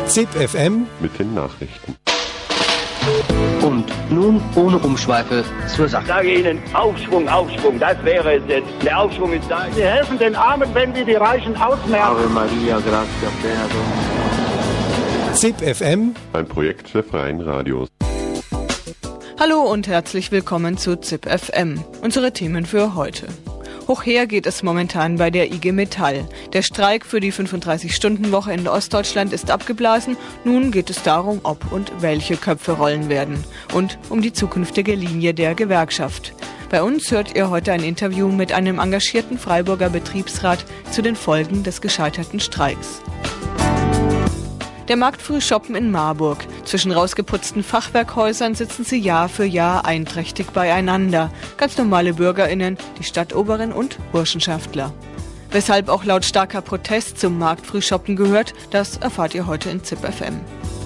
ZIP FM mit den Nachrichten. Und nun ohne Umschweife zur Sache. Ich sage Ihnen, Aufschwung, Aufschwung, das wäre es jetzt. Der Aufschwung ist da. Wir helfen den Armen, wenn wir die Reichen ausmerzen. Ave Maria, gratia plena. ZIP FM, Ein Projekt der Freien Radios. Hallo und herzlich willkommen zu ZIP FM. Unsere Themen für heute. Hoch her geht es momentan bei der IG Metall. Der Streik für die 35-Stunden-Woche in Ostdeutschland ist abgeblasen. Nun geht es darum, ob und welche Köpfe rollen werden. Und um die zukünftige Linie der Gewerkschaft. Bei uns hört ihr heute ein Interview mit einem engagierten Freiburger Betriebsrat zu den Folgen des gescheiterten Streiks. Der Marktfrüh Shoppen in Marburg. Zwischen rausgeputzten Fachwerkhäusern sitzen sie Jahr für Jahr einträchtig beieinander. Ganz normale BürgerInnen, die Stadtoberen und Burschenschaftler. Weshalb auch lautstarker Protest zum Marktfrüh Shoppen gehört, das erfahrt ihr heute in ZIP FM.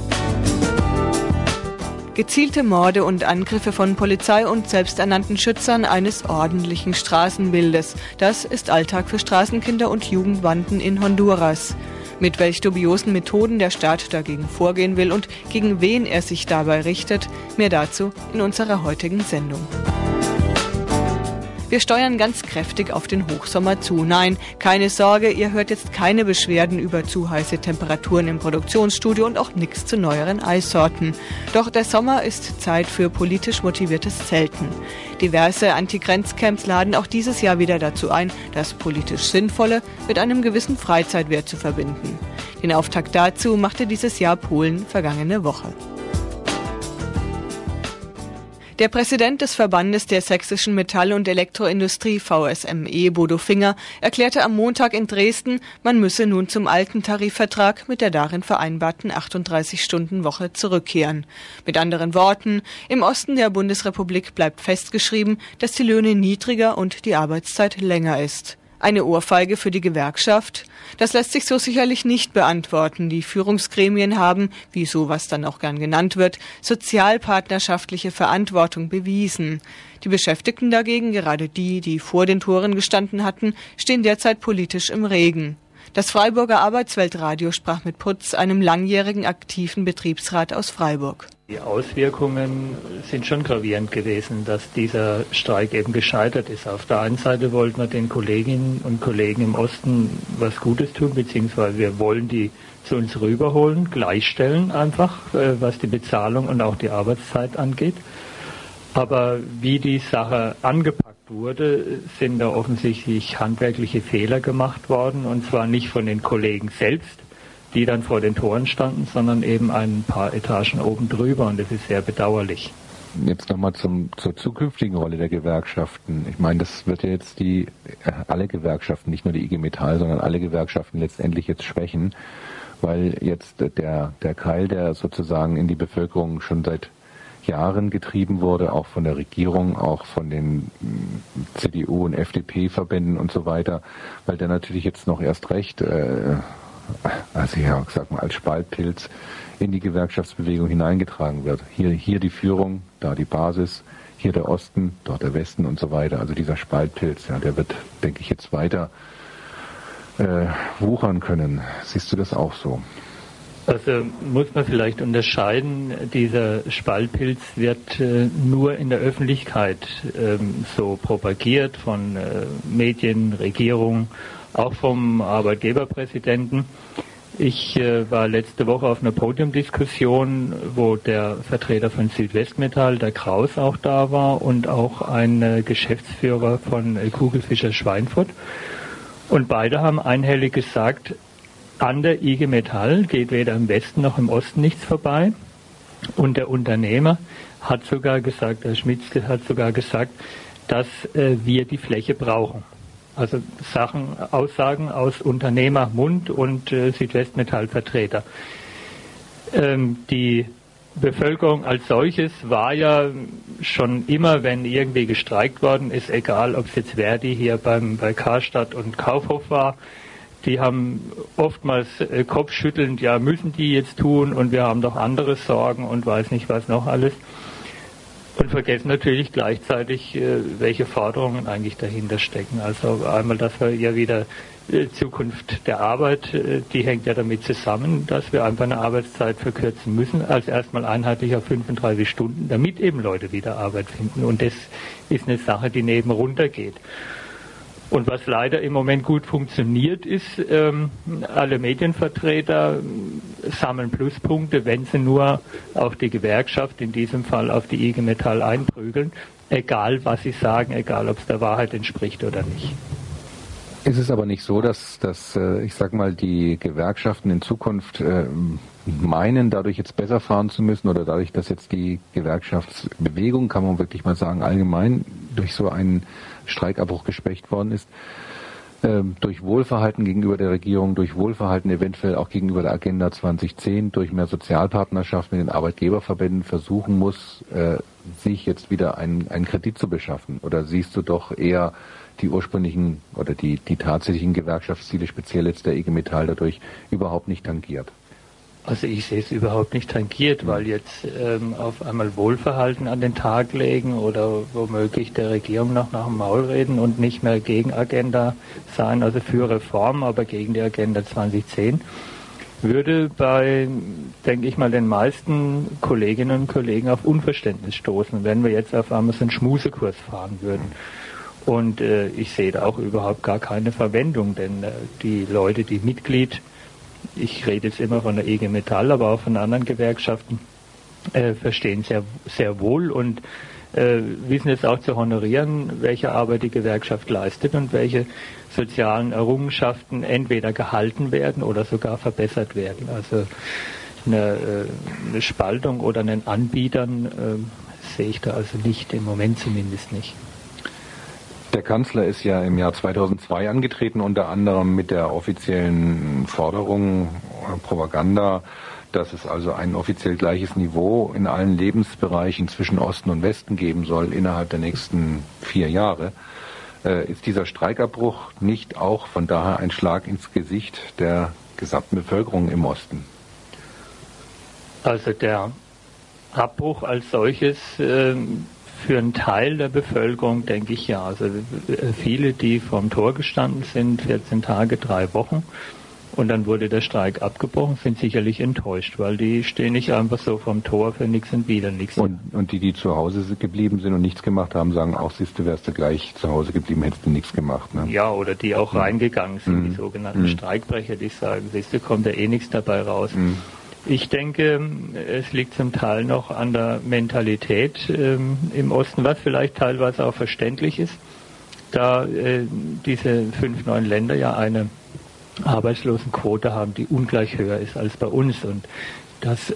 Gezielte Morde und Angriffe von Polizei und selbsternannten Schützern eines ordentlichen Straßenbildes. Das ist Alltag für Straßenkinder und Jugendbanden in Honduras. Mit welch dubiosen Methoden der Staat dagegen vorgehen will und gegen wen er sich dabei richtet, mehr dazu in unserer heutigen Sendung. Wir steuern ganz kräftig auf den Hochsommer zu. Nein, keine Sorge, ihr hört jetzt keine Beschwerden über zu heiße Temperaturen im Produktionsstudio und auch nichts zu neueren Eissorten. Doch der Sommer ist Zeit für politisch motiviertes Zelten. Diverse Anti-Grenzcamps laden auch dieses Jahr wieder dazu ein, das politisch Sinnvolle mit einem gewissen Freizeitwert zu verbinden. Den Auftakt dazu machte dieses Jahr Polen vergangene Woche. Der Präsident des Verbandes der sächsischen Metall- und Elektroindustrie VSME, Bodo Finger, erklärte am Montag in Dresden, man müsse nun zum alten Tarifvertrag mit der darin vereinbarten 38-Stunden-Woche zurückkehren. Mit anderen Worten, im Osten der Bundesrepublik bleibt festgeschrieben, dass die Löhne niedriger und die Arbeitszeit länger ist. Eine Ohrfeige für die Gewerkschaft? Das lässt sich so sicherlich nicht beantworten. Die Führungsgremien haben, wie sowas dann auch gern genannt wird, sozialpartnerschaftliche Verantwortung bewiesen. Die Beschäftigten dagegen, gerade die, die vor den Toren gestanden hatten, stehen derzeit politisch im Regen. Das Freiburger Arbeitsweltradio sprach mit Putz, einem langjährigen aktiven Betriebsrat aus Freiburg. Die Auswirkungen sind schon gravierend gewesen, dass dieser Streik eben gescheitert ist. Auf der einen Seite wollten wir den Kolleginnen und Kollegen im Osten was Gutes tun, beziehungsweise wir wollen die zu uns rüberholen, gleichstellen einfach, was die Bezahlung und auch die Arbeitszeit angeht. Aber wie die Sache angepackt wurde, sind da offensichtlich handwerkliche Fehler gemacht worden, und zwar nicht von den Kollegen selbst, die dann vor den Toren standen, sondern eben ein paar Etagen oben drüber, und das ist sehr bedauerlich. Jetzt nochmal zur zukünftigen Rolle der Gewerkschaften. Ich meine, das wird ja jetzt alle Gewerkschaften, nicht nur die IG Metall, sondern alle Gewerkschaften letztendlich jetzt schwächen, weil jetzt der Keil, der sozusagen in die Bevölkerung schon seit Jahren getrieben wurde, auch von der Regierung, auch von den CDU- und FDP-Verbänden und so weiter, weil der natürlich jetzt noch erst recht als Spaltpilz in die Gewerkschaftsbewegung hineingetragen wird. Hier die Führung, da die Basis, hier der Osten, dort der Westen und so weiter. Also dieser Spaltpilz, ja, der wird, denke ich, jetzt weiter wuchern können. Siehst du das auch so? Also muss man vielleicht unterscheiden, dieser Spaltpilz wird nur in der Öffentlichkeit so propagiert von Medien, Regierung, auch vom Arbeitgeberpräsidenten. Ich war letzte Woche auf einer Podiumdiskussion, wo der Vertreter von Südwestmetall, der Kraus, auch da war, und auch ein Geschäftsführer von Kugelfischer Schweinfurt. Und beide haben einhellig gesagt, an der IG Metall geht weder im Westen noch im Osten nichts vorbei. Und der Unternehmer hat sogar gesagt, der Schmitzke hat sogar gesagt, dass wir die Fläche brauchen. Also Aussagen aus Unternehmermund und Südwestmetall-Vertreter. Die Bevölkerung als solches war ja schon immer, wenn irgendwie gestreikt worden ist, egal ob es jetzt Verdi hier bei Karstadt und Kaufhof war, die haben oftmals kopfschüttelnd, ja, müssen die jetzt tun und wir haben doch andere Sorgen und weiß nicht was noch alles. Und vergessen natürlich gleichzeitig, welche Forderungen eigentlich dahinter stecken. Also einmal, dass wir ja wieder Zukunft der Arbeit, die hängt ja damit zusammen, dass wir einfach eine Arbeitszeit verkürzen müssen, als erstmal einheitlich auf 35 Stunden, damit eben Leute wieder Arbeit finden. Und das ist eine Sache, die neben runtergeht. Und was leider im Moment gut funktioniert, ist, alle Medienvertreter sammeln Pluspunkte, wenn sie nur auf die Gewerkschaft, in diesem Fall auf die IG Metall einprügeln, egal was sie sagen, egal ob es der Wahrheit entspricht oder nicht. Ist es aber nicht so, dass ich sag mal, die Gewerkschaften in Zukunft meinen, dadurch jetzt besser fahren zu müssen oder dadurch, dass jetzt die Gewerkschaftsbewegung, kann man wirklich mal sagen, allgemein durch so einen Streikabbruch geschwächt worden ist, durch Wohlverhalten gegenüber der Regierung, durch Wohlverhalten eventuell auch gegenüber der Agenda 2010, durch mehr Sozialpartnerschaft mit den Arbeitgeberverbänden versuchen muss, sich jetzt wieder einen Kredit zu beschaffen? Oder siehst du doch eher die ursprünglichen oder die tatsächlichen Gewerkschaftsziele, speziell jetzt der IG Metall, dadurch überhaupt nicht tangiert? Also ich sehe es überhaupt nicht tangiert, weil jetzt auf einmal Wohlverhalten an den Tag legen oder womöglich der Regierung noch nach dem Maul reden und nicht mehr gegen Agenda sein, also für Reform, aber gegen die Agenda 2010, würde bei, denke ich mal, den meisten Kolleginnen und Kollegen auf Unverständnis stoßen, wenn wir jetzt auf einmal so einen Schmusekurs fahren würden. Und ich sehe da auch überhaupt gar keine Verwendung, denn die Leute, die Mitglied, ich rede jetzt immer von der IG Metall, aber auch von anderen Gewerkschaften, verstehen sehr, sehr wohl und wissen es auch zu honorieren, welche Arbeit die Gewerkschaft leistet und welche sozialen Errungenschaften entweder gehalten werden oder sogar verbessert werden. Also eine Spaltung oder einen Anbietern sehe ich da also nicht, im Moment zumindest nicht. Der Kanzler ist ja im Jahr 2002 angetreten, unter anderem mit der offiziellen Forderung, Propaganda, dass es also ein offiziell gleiches Niveau in allen Lebensbereichen zwischen Osten und Westen geben soll innerhalb der nächsten 4 Jahre. Ist dieser Streikabbruch nicht auch von daher ein Schlag ins Gesicht der gesamten Bevölkerung im Osten? Also der Abbruch als solches für einen Teil der Bevölkerung denke ich ja. Also viele, die vorm Tor gestanden sind, 14 Tage, 3 Wochen, und dann wurde der Streik abgebrochen, sind sicherlich enttäuscht, weil die stehen nicht einfach so vorm Tor für nichts und wieder nichts. Und die zu Hause geblieben sind und nichts gemacht haben, sagen auch, siehste, wärst du gleich zu Hause geblieben, hättest du nichts gemacht. Ne? Ja, oder die auch reingegangen sind, die sogenannten Streikbrecher, die sagen, siehste, kommt ja eh nichts dabei raus. Ich denke, es liegt zum Teil noch an der Mentalität im Osten, was vielleicht teilweise auch verständlich ist, da diese 5 neuen Länder ja eine Arbeitslosenquote haben, die ungleich höher ist als bei uns, und dass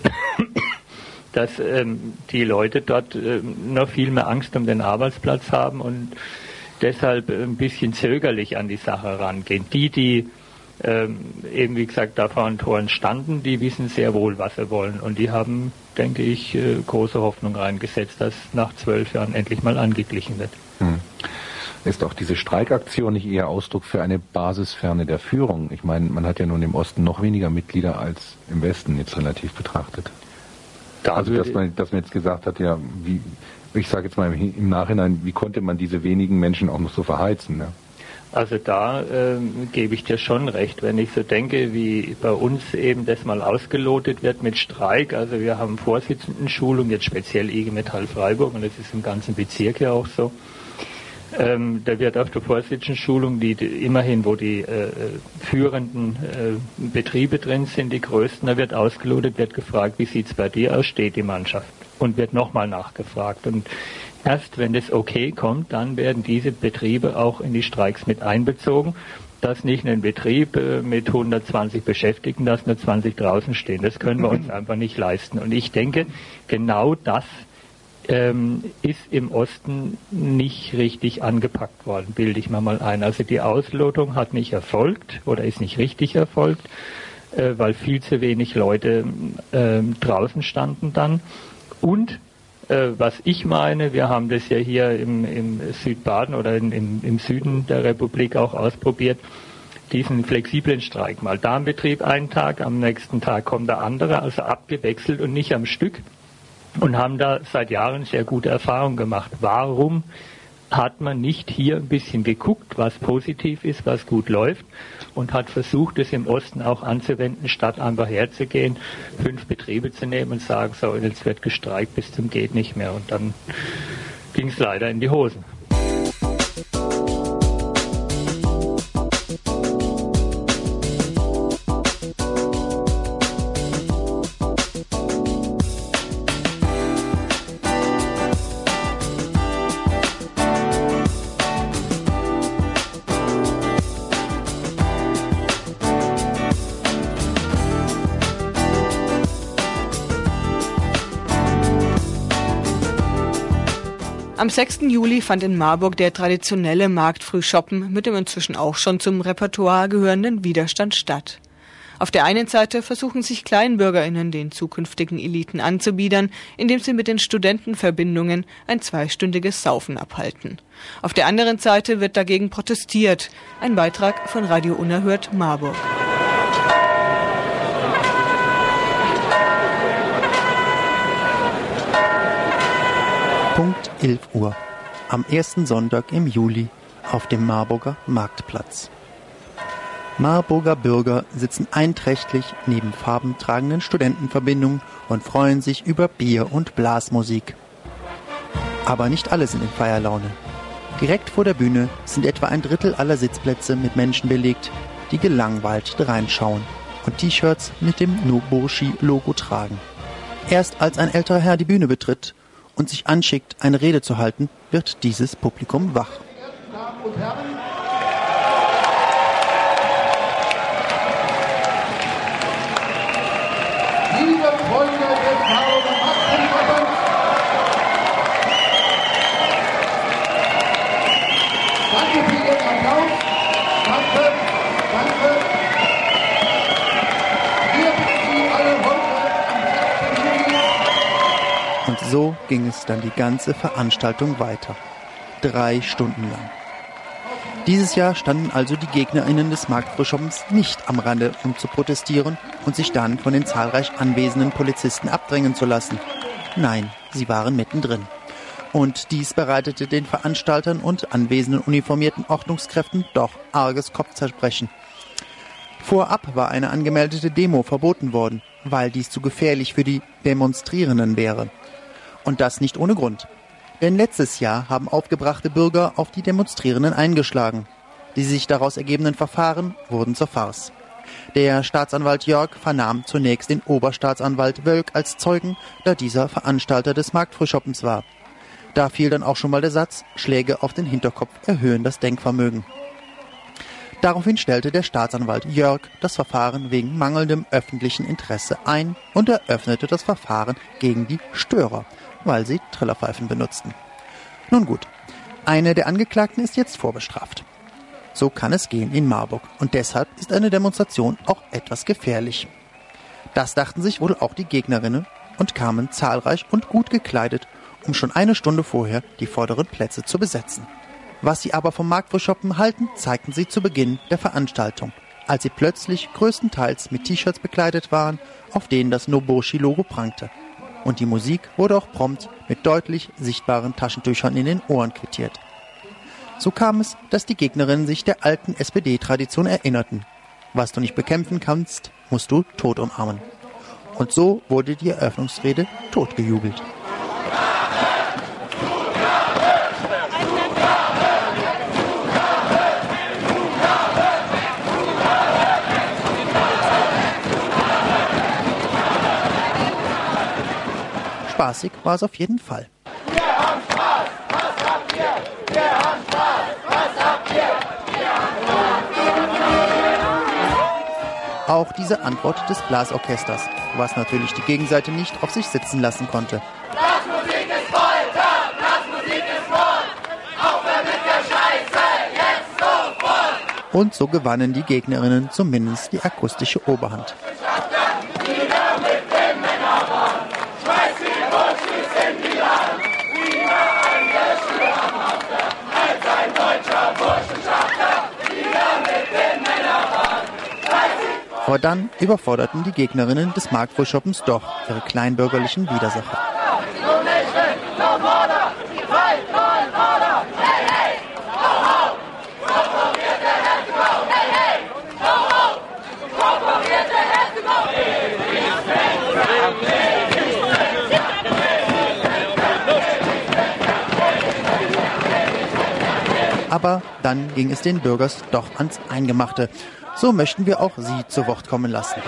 die Leute dort noch viel mehr Angst um den Arbeitsplatz haben und deshalb ein bisschen zögerlich an die Sache rangehen. Die eben wie gesagt da vor den Toren standen, die wissen sehr wohl, was sie wollen, und die haben, denke ich, große Hoffnung reingesetzt, dass nach 12 Jahren endlich mal angeglichen wird. Ist auch diese Streikaktion nicht eher Ausdruck für eine Basisferne der Führung? Ich meine, man hat ja nun im Osten noch weniger Mitglieder als im Westen jetzt relativ betrachtet. Also dass man jetzt gesagt hat, ja, wie, ich sage jetzt mal im Nachhinein, wie konnte man diese wenigen Menschen auch noch so verheizen? Ne? Also da gebe ich dir schon recht, wenn ich so denke, wie bei uns eben das mal ausgelotet wird mit Streik. Also wir haben Vorsitzendenschulung, jetzt speziell IG Metall Freiburg, und das ist im ganzen Bezirk ja auch so. Da wird auf der Vorsitzendenschulung, die immerhin, wo die führenden Betriebe drin sind, die größten, da wird ausgelotet, wird gefragt, wie sieht's bei dir aus, steht die Mannschaft, und wird nochmal nachgefragt. Und erst wenn das okay kommt, dann werden diese Betriebe auch in die Streiks mit einbezogen, dass nicht ein Betrieb mit 120 Beschäftigten, dass nur 20 draußen stehen. Das können wir uns einfach nicht leisten. Und ich denke, genau das ist im Osten nicht richtig angepackt worden, bilde ich mir mal ein. Also die Auslotung hat nicht erfolgt oder ist nicht richtig erfolgt, weil viel zu wenig Leute draußen standen dann. Und was ich meine, wir haben das ja hier im Südbaden oder im Süden der Republik auch ausprobiert, diesen flexiblen Streik mal. Da im Betrieb einen Tag, am nächsten Tag kommt der andere, also abgewechselt und nicht am Stück, und haben da seit Jahren sehr gute Erfahrungen gemacht. Warum hat man nicht hier ein bisschen geguckt, was positiv ist, was gut läuft und hat versucht, es im Osten auch anzuwenden, statt einfach herzugehen, 5 Betriebe zu nehmen und sagen, so, jetzt wird gestreikt bis zum geht nicht mehr. Und dann ging es leider in die Hosen. Am 6. Juli fand in Marburg der traditionelle Marktfrühschoppen mit dem inzwischen auch schon zum Repertoire gehörenden Widerstand statt. Auf der einen Seite versuchen sich KleinbürgerInnen den zukünftigen Eliten anzubiedern, indem sie mit den Studentenverbindungen ein 2-stündiges Saufen abhalten. Auf der anderen Seite wird dagegen protestiert. Ein Beitrag von Radio Unerhört Marburg. Punkt 11 Uhr, am ersten Sonntag im Juli auf dem Marburger Marktplatz. Marburger Bürger sitzen einträchtig neben farbentragenden Studentenverbindungen und freuen sich über Bier und Blasmusik. Aber nicht alle sind in Feierlaune. Direkt vor der Bühne sind etwa ein Drittel aller Sitzplätze mit Menschen belegt, die gelangweilt reinschauen und T-Shirts mit dem Noboshi-Logo tragen. Erst als ein älterer Herr die Bühne betritt und sich anschickt, eine Rede zu halten, wird dieses Publikum wach. Damen und Herren, liebe Freunde des Marburger Marktfrühschoppens, danke für Ihren Applaus. Danke. Wir bitten Sie alle heute am 6. Juli. Und so ging es dann die ganze Veranstaltung weiter. 3 Stunden lang. Dieses Jahr standen also die GegnerInnen des Marktfrühschoppens nicht am Rande, um zu protestieren und sich dann von den zahlreich anwesenden Polizisten abdrängen zu lassen. Nein, sie waren mittendrin. Und dies bereitete den Veranstaltern und anwesenden uniformierten Ordnungskräften doch arges Kopfzerbrechen. Vorab war eine angemeldete Demo verboten worden, weil dies zu gefährlich für die Demonstrierenden wäre. Und das nicht ohne Grund. Denn letztes Jahr haben aufgebrachte Bürger auf die Demonstrierenden eingeschlagen. Die sich daraus ergebenden Verfahren wurden zur Farce. Der Staatsanwalt Jörg vernahm zunächst den Oberstaatsanwalt Wölk als Zeugen, da dieser Veranstalter des Marktfrühschoppens war. Da fiel dann auch schon mal der Satz, Schläge auf den Hinterkopf erhöhen das Denkvermögen. Daraufhin stellte der Staatsanwalt Jörg das Verfahren wegen mangelndem öffentlichen Interesse ein und eröffnete das Verfahren gegen die Störer, weil sie Trillerpfeifen benutzten. Nun gut, eine der Angeklagten ist jetzt vorbestraft. So kann es gehen in Marburg und deshalb ist eine Demonstration auch etwas gefährlich. Das dachten sich wohl auch die Gegnerinnen und kamen zahlreich und gut gekleidet, um schon eine Stunde vorher die vorderen Plätze zu besetzen. Was sie aber vom Marktfrühschoppen halten, zeigten sie zu Beginn der Veranstaltung, als sie plötzlich größtenteils mit T-Shirts bekleidet waren, auf denen das Noboshi-Logo prangte. Und die Musik wurde auch prompt mit deutlich sichtbaren Taschentüchern in den Ohren quittiert. So kam es, dass die Gegnerinnen sich der alten SPD-Tradition erinnerten. Was du nicht bekämpfen kannst, musst du tot umarmen. Und so wurde die Eröffnungsrede totgejubelt. Spaßig war es auf jeden Fall. Wir haben Spaß, was habt ihr? Wir haben Spaß, was habt ihr? Wir haben Spaß. Auch diese Antwort des Blasorchesters, was natürlich die Gegenseite nicht auf sich sitzen lassen konnte. Blasmusik ist Folter, Blasmusik ist Mord. Aufhören mit der Scheiße, jetzt sofort. Und so gewannen die Gegnerinnen zumindest die akustische Oberhand. Aber dann überforderten die Gegnerinnen des Marktfrühschoppens doch ihre kleinbürgerlichen Widersacher. Aber dann ging es den Bürgern doch ans Eingemachte. So möchten wir auch Sie zu Wort kommen lassen.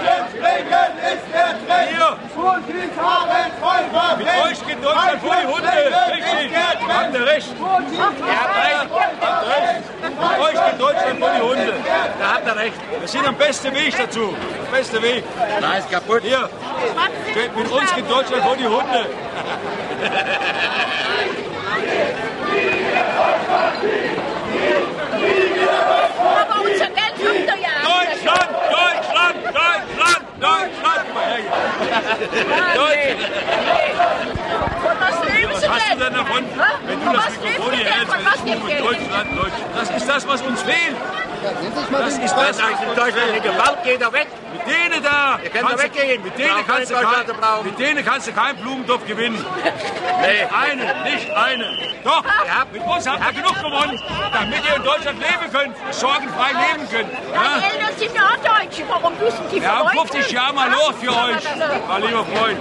Mit euch geht Deutschland vor die Hunde. Richtig, habt ihr recht. Habt recht. Mit euch geht Deutschland vor die Hunde. Da habt ihr recht. Wir sind am besten Weg dazu. Der beste Weg. Da ist kaputt. Hier. Mit uns geht Deutschland vor die Hunde. Aber unser Geld habt ihr ja. Deutschland, Deutschland, Deutschland, Deutschland. Was hast du denn davon, wenn du das Mikrofon hier hältst? Deutschland, Deutschland. Das ist das, was uns fehlt. Das ist das. In Deutschland eine Gewalt, geht er weg. Mit denen da. Ihr könnt da weggehen. Mit denen kannst du keinen Blumentopf gewinnen. Nee. Nicht einen. Doch, mit uns habt ihr genug gewonnen, damit ihr in Deutschland leben könnt, sorgenfrei leben könnt. Meine Eltern sind ja Deutsche, warum müssen die Wir haben 50 Jahre mal Loch für euch, mein lieber Freund.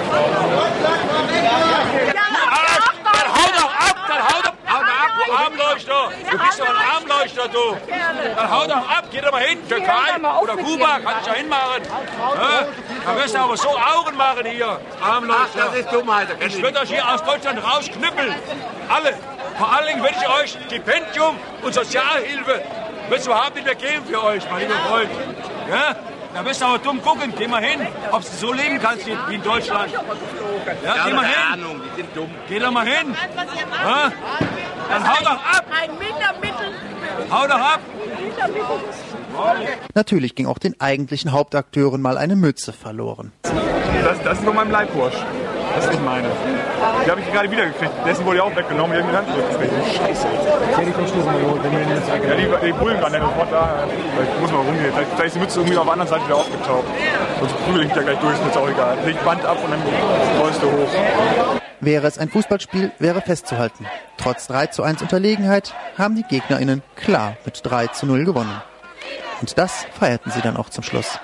Dann hau doch ab, du Armleuchter. Du bist doch ein Armleuchter, du. Dann hau doch ab, geh doch mal hin, Türkei oder Kuba, kannst du ja hinmachen. Dann wirst du aber so Augen machen hier, Armleuchter. Ach, das ist Dummheit. Ich würde euch hier aus Deutschland rausknüppeln. Alle. Vor allen Dingen werde ich euch Stipendium und Sozialhilfe wird es überhaupt nicht mehr geben für euch, mein lieber Freund. Ja? Da wirst du aber dumm gucken. Geh mal hin, ob du so leben kannst wie in Deutschland. Ja, geh mal hin. Die sind dumm. Geh doch mal hin. Ja? Dann hau doch ab. Ein Mindermittel. Hau doch ab. Natürlich ging auch den eigentlichen Hauptakteuren mal eine Mütze verloren. Das ist von meinem Leibwurst. Das ist nicht meine. Die habe ich gerade wieder gekriegt. Dessen wurde ja auch weggenommen. Die haben die Hand zurückgekriegt. Scheiße. Ja, die Bullen waren ja sofort da. Ich muss mal rumgehen. Vielleicht ist die Mütze irgendwie auf der anderen Seite wieder aufgetaucht. Sonst prügel ich mich da gleich durch. Ist mir auch egal. Leg Band ab und dann rollst du hoch. Wäre es ein Fußballspiel, wäre festzuhalten. Trotz 3:1 Unterlegenheit haben die GegnerInnen klar mit 3:0 gewonnen. Und das feierten sie dann auch zum Schluss.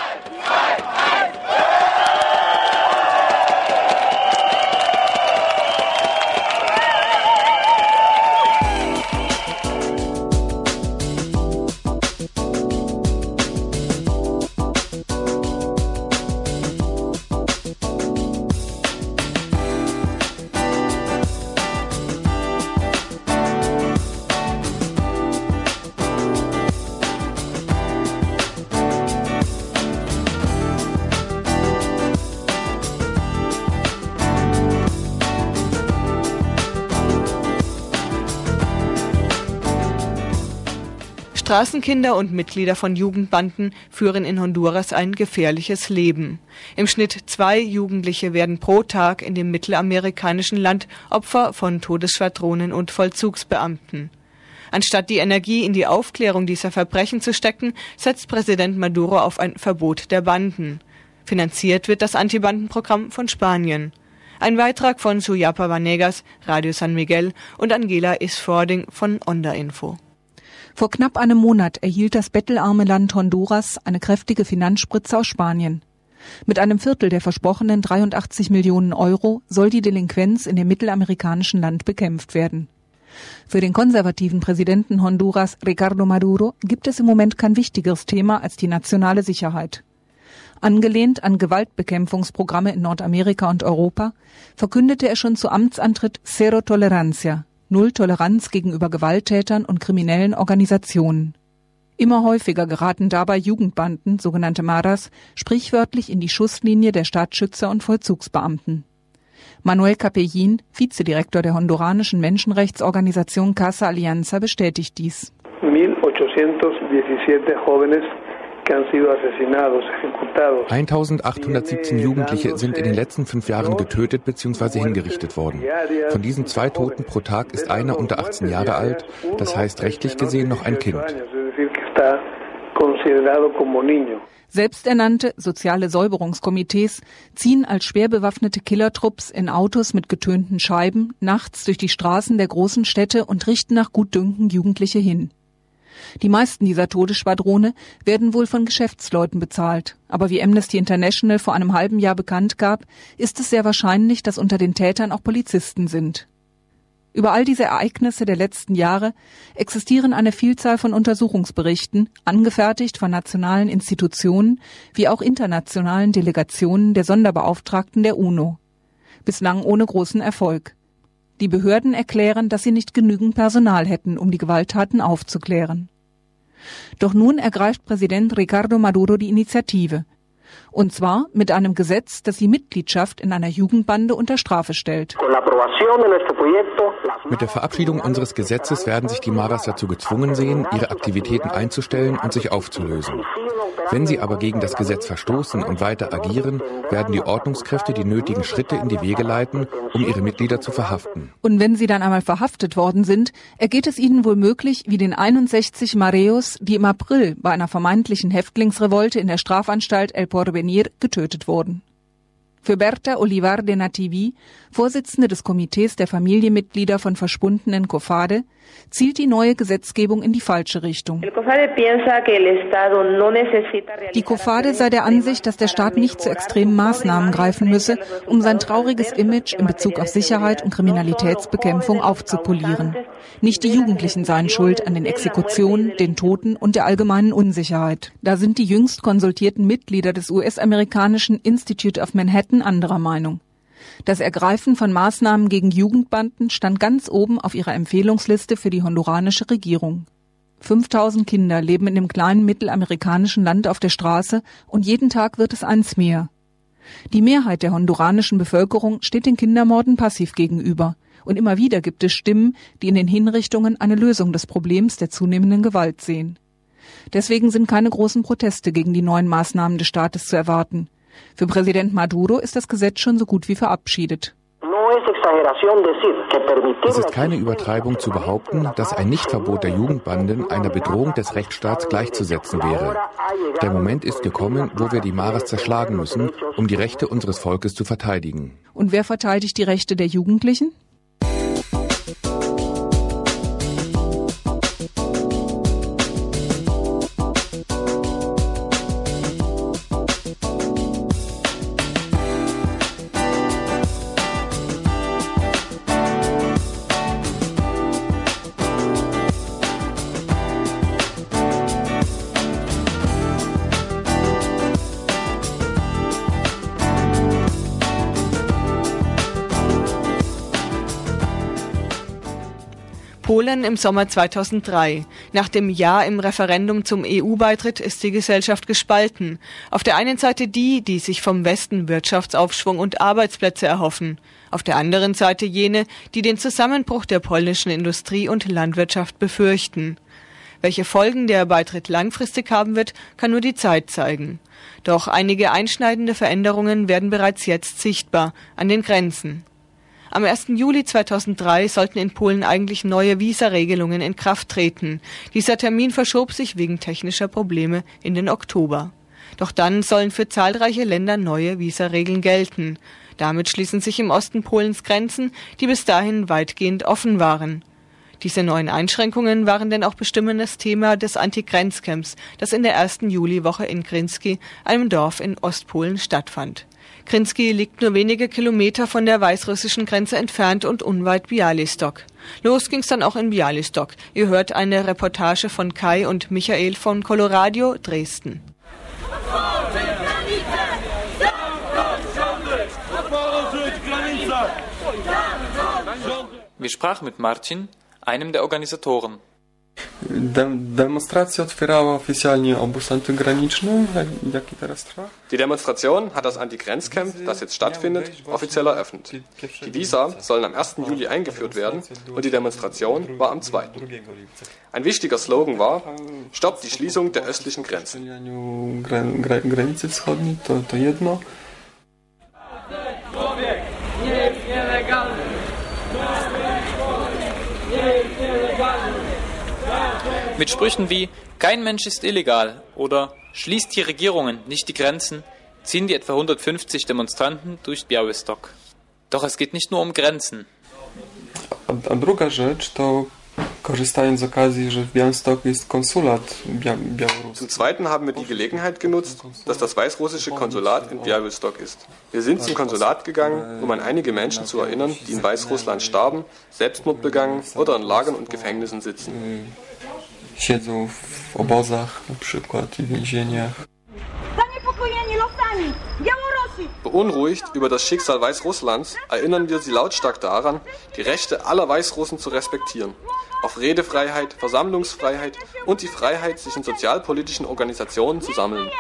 Straßenkinder und Mitglieder von Jugendbanden führen in Honduras ein gefährliches Leben. Im Schnitt 2 Jugendliche werden pro Tag in dem mittelamerikanischen Land Opfer von Todesschwadronen und Vollzugsbeamten. Anstatt die Energie in die Aufklärung dieser Verbrechen zu stecken, setzt Präsident Maduro auf ein Verbot der Banden. Finanziert wird das Antibandenprogramm von Spanien. Ein Beitrag von Suyapa Vanegas, Radio San Miguel und Angela Isfording von Onda Info. Vor knapp einem Monat erhielt das bettelarme Land Honduras eine kräftige Finanzspritze aus Spanien. Mit einem Viertel der versprochenen 83 Millionen Euro soll die Delinquenz in dem mittelamerikanischen Land bekämpft werden. Für den konservativen Präsidenten Honduras, Ricardo Maduro, gibt es im Moment kein wichtigeres Thema als die nationale Sicherheit. Angelehnt an Gewaltbekämpfungsprogramme in Nordamerika und Europa, verkündete er schon zu Amtsantritt Cero Tolerancia, Null Toleranz gegenüber Gewalttätern und kriminellen Organisationen. Immer häufiger geraten dabei Jugendbanden, sogenannte Maras, sprichwörtlich in die Schusslinie der Staatsschützer und Vollzugsbeamten. Manuel Capellín, Vizedirektor der honduranischen Menschenrechtsorganisation Casa Alianza, bestätigt dies. 1817 jóvenes 1817 Jugendliche sind in den letzten 5 Jahren getötet bzw. hingerichtet worden. Von diesen 2 Toten pro Tag ist einer unter 18 Jahre alt, das heißt rechtlich gesehen noch ein Kind. Selbsternannte soziale Säuberungskomitees ziehen als schwer bewaffnete Killertrupps in Autos mit getönten Scheiben nachts durch die Straßen der großen Städte und richten nach Gutdünken Jugendliche hin. Die meisten dieser Todesschwadrone werden wohl von Geschäftsleuten bezahlt. Aber wie Amnesty International vor einem halben Jahr bekannt gab, ist es sehr wahrscheinlich, dass unter den Tätern auch Polizisten sind. Über all diese Ereignisse der letzten Jahre existieren eine Vielzahl von Untersuchungsberichten, angefertigt von nationalen Institutionen wie auch internationalen Delegationen der Sonderbeauftragten der UNO. Bislang ohne großen Erfolg. Die Behörden erklären, dass sie nicht genügend Personal hätten, um die Gewalttaten aufzuklären. Doch nun ergreift Präsident Ricardo Maduro die Initiative. Und zwar mit einem Gesetz, das die Mitgliedschaft in einer Jugendbande unter Strafe stellt. Mit der Verabschiedung unseres Gesetzes werden sich die Maras dazu gezwungen sehen, ihre Aktivitäten einzustellen und sich aufzulösen. Wenn sie aber gegen das Gesetz verstoßen und weiter agieren, werden die Ordnungskräfte die nötigen Schritte in die Wege leiten, um ihre Mitglieder zu verhaften. Und wenn sie dann einmal verhaftet worden sind, ergeht es ihnen wohl möglich wie den 61 Mareos, die im April bei einer vermeintlichen Häftlingsrevolte in der Strafanstalt El Porvenir getötet wurden. Für Berta Olivar de Nativi, Vorsitzende des Komitees der Familienmitglieder von verschwundenen COFADE, zielt die neue Gesetzgebung in die falsche Richtung. Die COFADE sei der Ansicht, dass der Staat nicht zu extremen Maßnahmen greifen müsse, um sein trauriges Image in Bezug auf Sicherheit und Kriminalitätsbekämpfung aufzupolieren. Nicht die Jugendlichen seien schuld an den Exekutionen, den Toten und der allgemeinen Unsicherheit. Da sind die jüngst konsultierten Mitglieder des US-amerikanischen Institute of Manhattan anderer Meinung. Das Ergreifen von Maßnahmen gegen Jugendbanden stand ganz oben auf ihrer Empfehlungsliste für die honduranische Regierung. 5000 Kinder leben in dem kleinen mittelamerikanischen Land auf der Straße und jeden Tag wird es eins mehr. Die Mehrheit der honduranischen Bevölkerung steht den Kindermorden passiv gegenüber. Und immer wieder gibt es Stimmen, die in den Hinrichtungen eine Lösung des Problems der zunehmenden Gewalt sehen. Deswegen sind keine großen Proteste gegen die neuen Maßnahmen des Staates zu erwarten. Für Präsident Maduro ist das Gesetz schon so gut wie verabschiedet. Es ist keine Übertreibung zu behaupten, dass ein Nichtverbot der Jugendbanden einer Bedrohung des Rechtsstaats gleichzusetzen wäre. Der Moment ist gekommen, wo wir die Maras zerschlagen müssen, um die Rechte unseres Volkes zu verteidigen. Und wer verteidigt die Rechte der Jugendlichen? Polen im Sommer 2003. Nach dem Ja im Referendum zum EU-Beitritt ist die Gesellschaft gespalten. Auf der einen Seite die, die sich vom Westen Wirtschaftsaufschwung und Arbeitsplätze erhoffen. Auf der anderen Seite jene, die den Zusammenbruch der polnischen Industrie und Landwirtschaft befürchten. Welche Folgen der Beitritt langfristig haben wird, kann nur die Zeit zeigen. Doch einige einschneidende Veränderungen werden bereits jetzt sichtbar an den Grenzen. Am 1. Juli 2003 sollten in Polen eigentlich neue Visaregelungen in Kraft treten. Dieser Termin verschob sich wegen technischer Probleme in den Oktober. Doch dann sollen für zahlreiche Länder neue Visaregeln gelten. Damit schließen sich im Osten Polens Grenzen, die bis dahin weitgehend offen waren. Diese neuen Einschränkungen waren denn auch bestimmendes Thema des Anti-Grenzcamps, das in der ersten Juliwoche in Gryński, einem Dorf in Ostpolen, stattfand. Gryński liegt nur wenige Kilometer von der weißrussischen Grenze entfernt und unweit Białystok. Los ging's dann auch in Białystok. Ihr hört eine Reportage von Kai und Michael von Coloradio, Dresden. Wir sprachen mit Marcin, einem der Organisatoren. Die Demonstration hat das Anti-Grenzcamp, das jetzt stattfindet, offiziell eröffnet. Die Visa sollen am 1. Juli eingeführt werden und die Demonstration war am 2. Ein wichtiger Slogan war: Stoppt die Schließung der östlichen Grenzen. Mit Sprüchen wie "Kein Mensch ist illegal" oder "Schließt die Regierungen, nicht die Grenzen" ziehen die etwa 150 Demonstranten durch Białystok. Doch es geht nicht nur um Grenzen. Zum Zweiten haben wir die Gelegenheit genutzt, dass das weißrussische Konsulat in Białystok ist. Wir sind zum Konsulat gegangen, um an einige Menschen zu erinnern, die in Weißrussland starben, Selbstmord begangen oder in Lagern und Gefängnissen sitzen. Beunruhigt über das Schicksal Weißrusslands erinnern wir sie lautstark daran, die Rechte aller Weißrussen zu respektieren, auf Redefreiheit, Versammlungsfreiheit und die Freiheit, sich in sozialpolitischen Organisationen zu sammeln.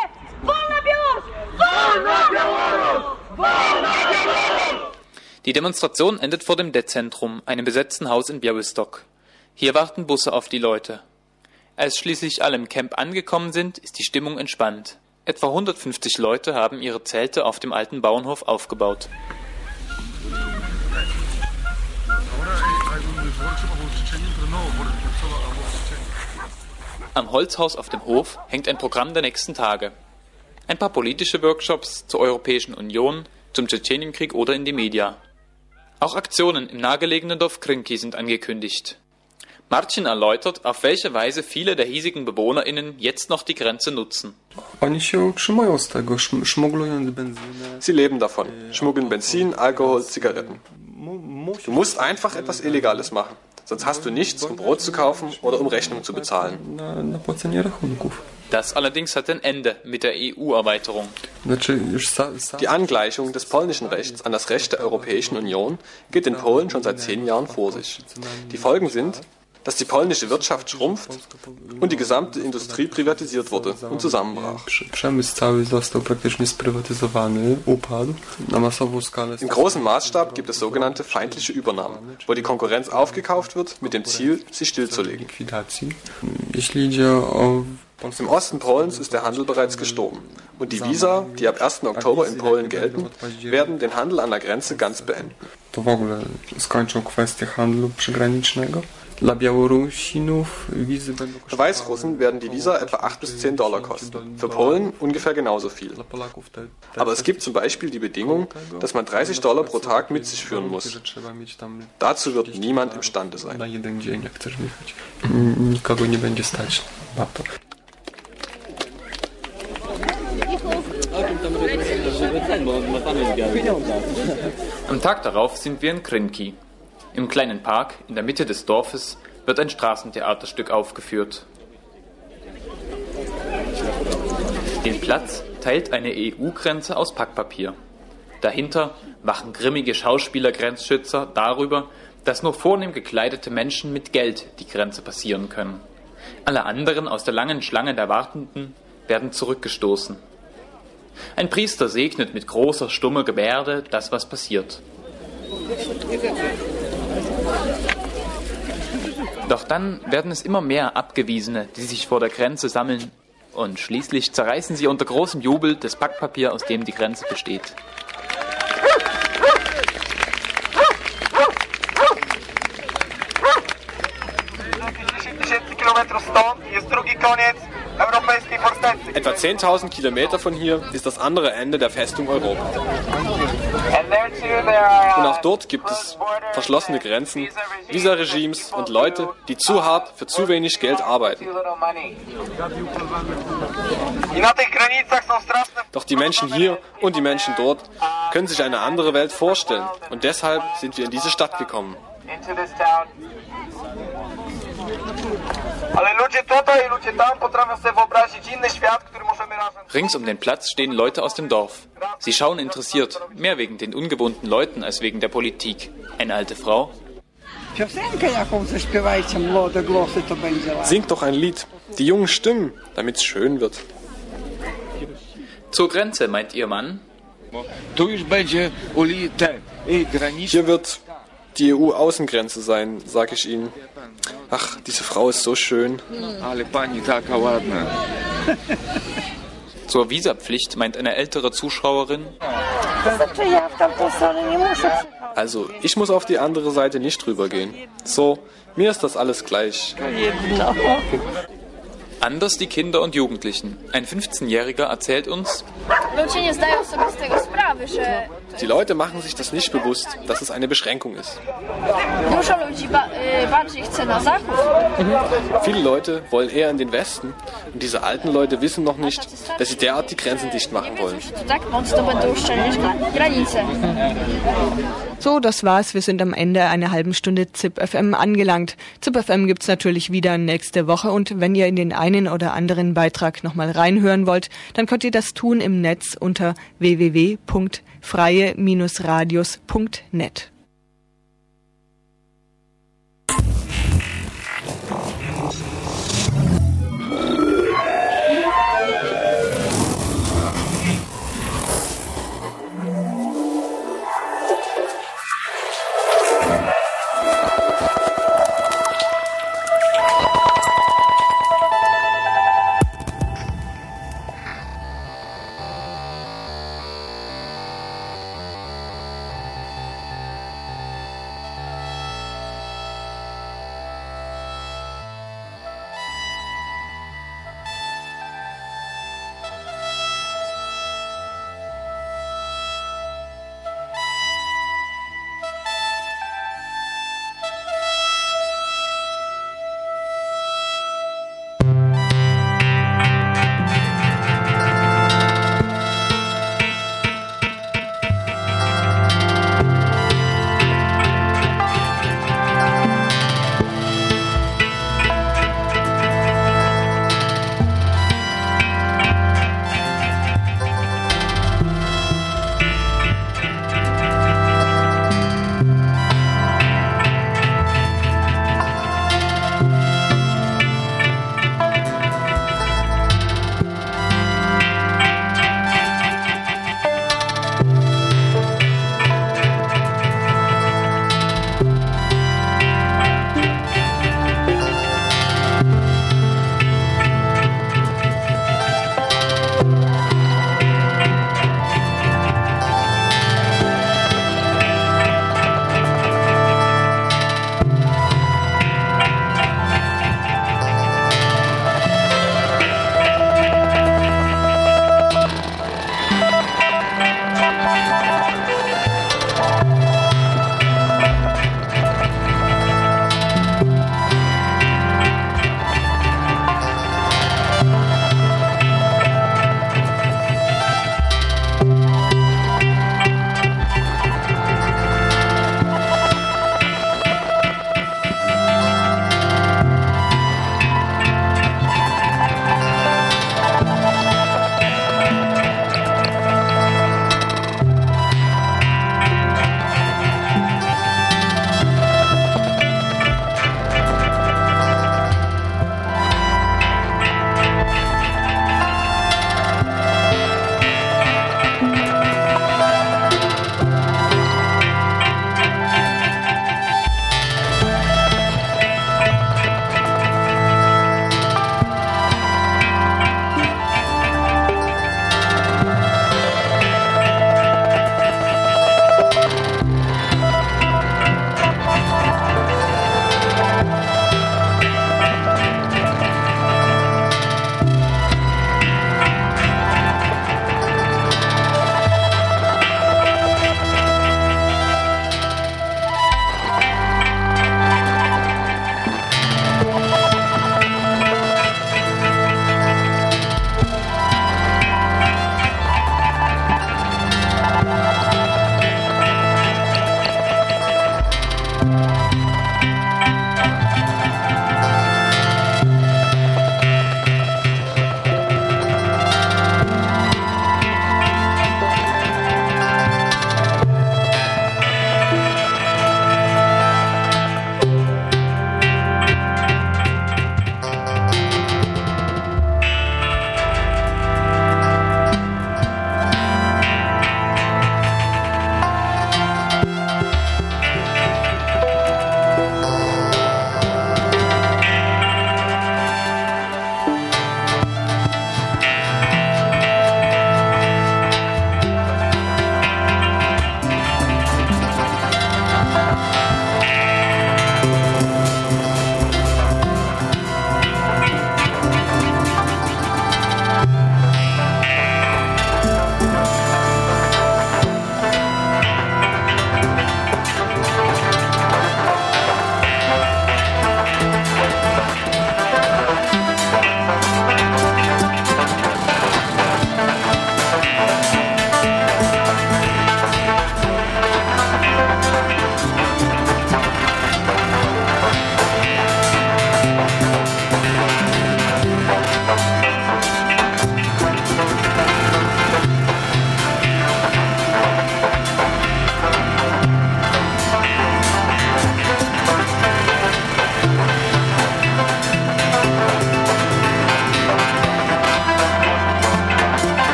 Die Demonstration endet vor dem DET-Zentrum, einem besetzten Haus in Białystok. Hier warten Busse auf die Leute. Als schließlich alle im Camp angekommen sind, ist die Stimmung entspannt. Etwa 150 Leute haben ihre Zelte auf dem alten Bauernhof aufgebaut. Am Holzhaus auf dem Hof hängt ein Programm der nächsten Tage. Ein paar politische Workshops zur Europäischen Union, zum Tschetschenienkrieg oder in die Media. Auch Aktionen im nahegelegenen Dorf Krynki sind angekündigt. Marcin erläutert, auf welche Weise viele der hiesigen BewohnerInnen jetzt noch die Grenze nutzen. Sie leben davon, schmuggeln Benzin, Alkohol, Zigaretten. Du musst einfach etwas Illegales machen, sonst hast du nichts, um Brot zu kaufen oder um Rechnung zu bezahlen. Das allerdings hat ein Ende mit der EU-Erweiterung. Die Angleichung des polnischen Rechts an das Recht der Europäischen Union geht in Polen schon seit 10 Jahren vor sich. Die Folgen sind, dass die polnische Wirtschaft schrumpft und die gesamte Industrie privatisiert wurde und zusammenbrach. Im großen Maßstab gibt es sogenannte feindliche Übernahmen, wo die Konkurrenz aufgekauft wird mit dem Ziel, sie stillzulegen. Im Osten Polens ist der Handel bereits gestorben und die Visa, die ab 1. Oktober in Polen gelten, werden den Handel an der Grenze ganz beenden. Für Weißrussen werden die Visa etwa 8 bis 10 Dollar kosten, für Polen ungefähr genauso viel. Aber es gibt zum Beispiel die Bedingung, dass man 30 Dollar pro Tag mit sich führen muss. Dazu wird niemand imstande sein. Am Tag darauf sind wir in Krynki. Im kleinen Park in der Mitte des Dorfes wird ein Straßentheaterstück aufgeführt. Den Platz teilt eine EU-Grenze aus Packpapier. Dahinter wachen grimmige Schauspieler-Grenzschützer darüber, dass nur vornehm gekleidete Menschen mit Geld die Grenze passieren können. Alle anderen aus der langen Schlange der Wartenden werden zurückgestoßen. Ein Priester segnet mit großer, stummer Gebärde das, was passiert. Doch dann werden es immer mehr Abgewiesene, die sich vor der Grenze sammeln, und schließlich zerreißen sie unter großem Jubel das Packpapier, aus dem die Grenze besteht. Etwa 10.000 Kilometer von hier ist das andere Ende der Festung Europa. Und auch dort gibt es verschlossene Grenzen, Visa-Regimes und Leute, die zu hart für zu wenig Geld arbeiten. Doch die Menschen hier und die Menschen dort können sich eine andere Welt vorstellen. Und deshalb sind wir in diese Stadt gekommen. Rings um den Platz stehen Leute aus dem Dorf. Sie schauen interessiert, mehr wegen den ungewohnten Leuten als wegen der Politik. Eine alte Frau. Singt doch ein Lied, die jungen Stimmen, damit es schön wird. Zur Grenze, meint ihr Mann? Hier wird die EU-Außengrenze sein, sag ich Ihnen. Ach, diese Frau ist so schön. Zur Visapflicht meint eine ältere Zuschauerin. Also, ich muss auf die andere Seite nicht rübergehen. So, mir ist das alles gleich. Anders die Kinder und Jugendlichen. Ein 15-Jähriger erzählt uns: Die Leute machen sich das nicht bewusst, dass es eine Beschränkung ist. Viele Leute wollen eher in den Westen und diese alten Leute wissen noch nicht, dass sie derart die Grenzen dicht machen wollen. So, das war's. Wir sind am Ende einer halben Stunde ZIP FM angelangt. ZIP FM gibt's natürlich wieder nächste Woche und wenn ihr in den einen oder anderen Beitrag nochmal reinhören wollt, dann könnt ihr das tun im Netz unter www.freie-radios.net.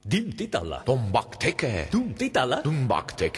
Dim titalla. Tombak teke. Tum titalla. Tumbak teke.